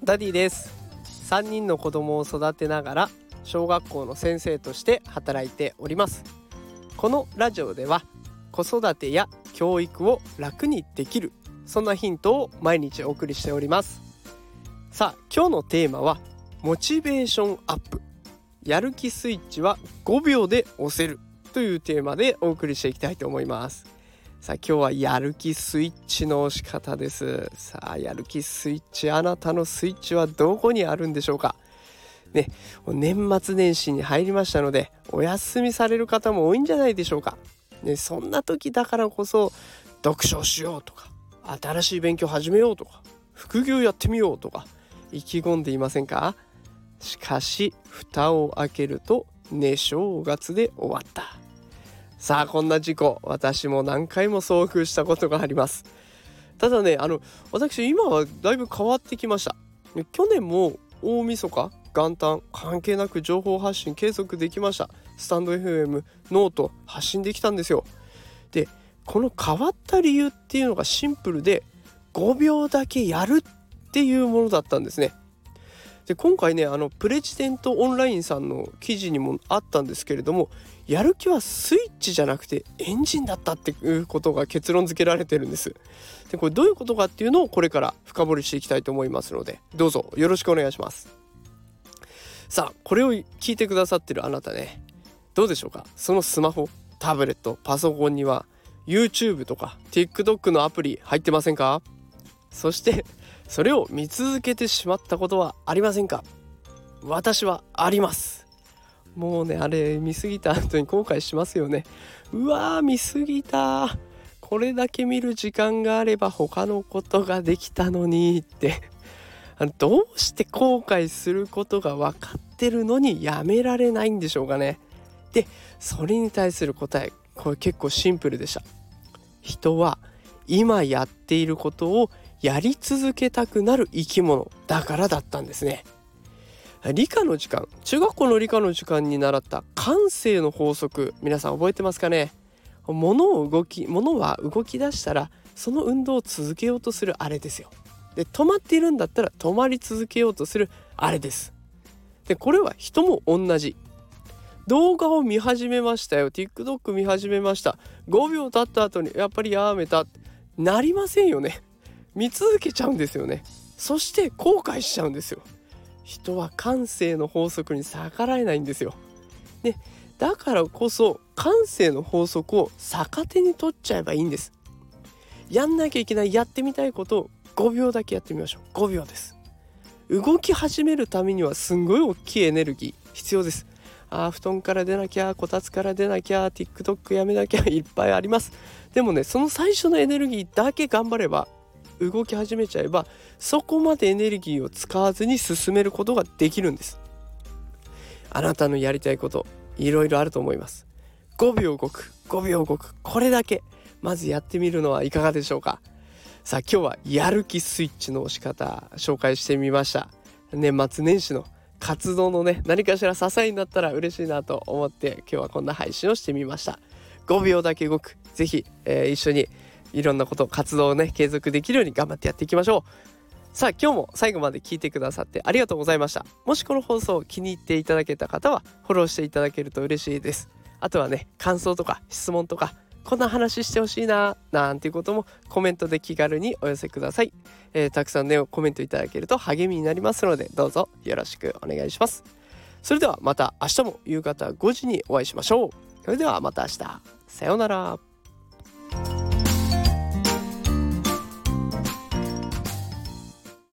ダディです。3人の子供を育てながら小学校の先生として働いております。このラジオでは子育てや教育を楽にできる、そんなヒントを毎日お送りしております。さあ、今日のテーマはモチベーションアップ、やる気スイッチは5秒で押せるというテーマでお送りしていきたいと思います。さあ、今日はやる気スイッチの押し方です。さあ、やる気スイッチ、あなたのスイッチはどこにあるんでしょうかね。年末年始に入りましたので、お休みされる方も多いんじゃないでしょうかね。そんな時だからこそ読書しようとか、新しい勉強始めようとか、副業やってみようとか意気込んでいませんか？しかし蓋を開けると寝正月で終わった。さあ、こんな事故、私も何回も遭遇したことがあります。ただね、私今はだいぶ変わってきました。去年も大晦日元旦関係なく情報発信継続できました。スタンド FM、ノート発信できたんですよ。で、この変わった理由っていうのがシンプルで、5秒だけやるっていうものだったんですね。で、今回ね、プレジデントオンラインさんの記事にもあったんですけれども、やる気はスイッチじゃなくてエンジンだったっていうことが結論付けられてるんです。で、これどういうことかっていうのをこれから深掘りしていきたいと思いますので、どうぞよろしくお願いします。さあ、これを聞いてくださってるあなたね、どうでしょうか？そのスマホ、タブレット、パソコンには YouTube とか TikTok のアプリ入ってませんか？そしてそれを見続けてしまったことはありませんか？私はあります。もうね、あれ見過ぎた後に後悔しますよね。うわー、見過ぎた、これだけ見る時間があれば他のことができたのにってどうして後悔することが分かってるのにやめられないんでしょうかね。で、それに対する答え、これ結構シンプルでした。人は今やっていることをやり続けたくなる生き物だからだったんですね。理科の時間、中学校の理科の時間に習った慣性の法則、皆さん覚えてますかね？物は動き出したらその運動を続けようとするあれですよ。で、止まっているんだったら止まり続けようとするあれです。で、これは人も同じ。動画を見始めましたよ、 TikTok 見始めました、5秒経った後にやっぱりやめたなりませんよね。見続けちゃうんですよね。そして後悔しちゃうんですよ。人は慣性の法則に逆らえないんですよ。で、だからこそ慣性の法則を逆手に取っちゃえばいいんです。やんなきゃいけない、やってみたいことを5秒だけやってみましょう。5秒です。動き始めるためにはすんごい大きいエネルギー必要です。布団から出なきゃ、こたつから出なきゃ、 TikTok やめなきゃ、いっぱいあります。でもね、その最初のエネルギーだけ頑張れば、動き始めちゃえばそこまでエネルギーを使わずに進めることができるんです。あなたのやりたいこといろいろあると思います。5秒動く、これだけまずやってみるのはいかがでしょうか。さあ、今日はやる気スイッチの押し方紹介してみました。年末年始の活動のね、何かしら支えになったら嬉しいなと思って今日はこんな配信をしてみました。5秒だけ動く、ぜひ、一緒にいろんなこと活動をね継続できるように頑張ってやっていきましょう。さあ、今日も最後まで聞いてくださってありがとうございました。もしこの放送を気に入っていただけた方はフォローしていただけると嬉しいです。あとはね、感想とか質問とか、こんな話してほしいななんていうこともコメントで気軽にお寄せください。たくさんねコメントいただけると励みになりますので、どうぞよろしくお願いします。それではまた明日も夕方5時にお会いしましょう。それではまた明日、さようなら。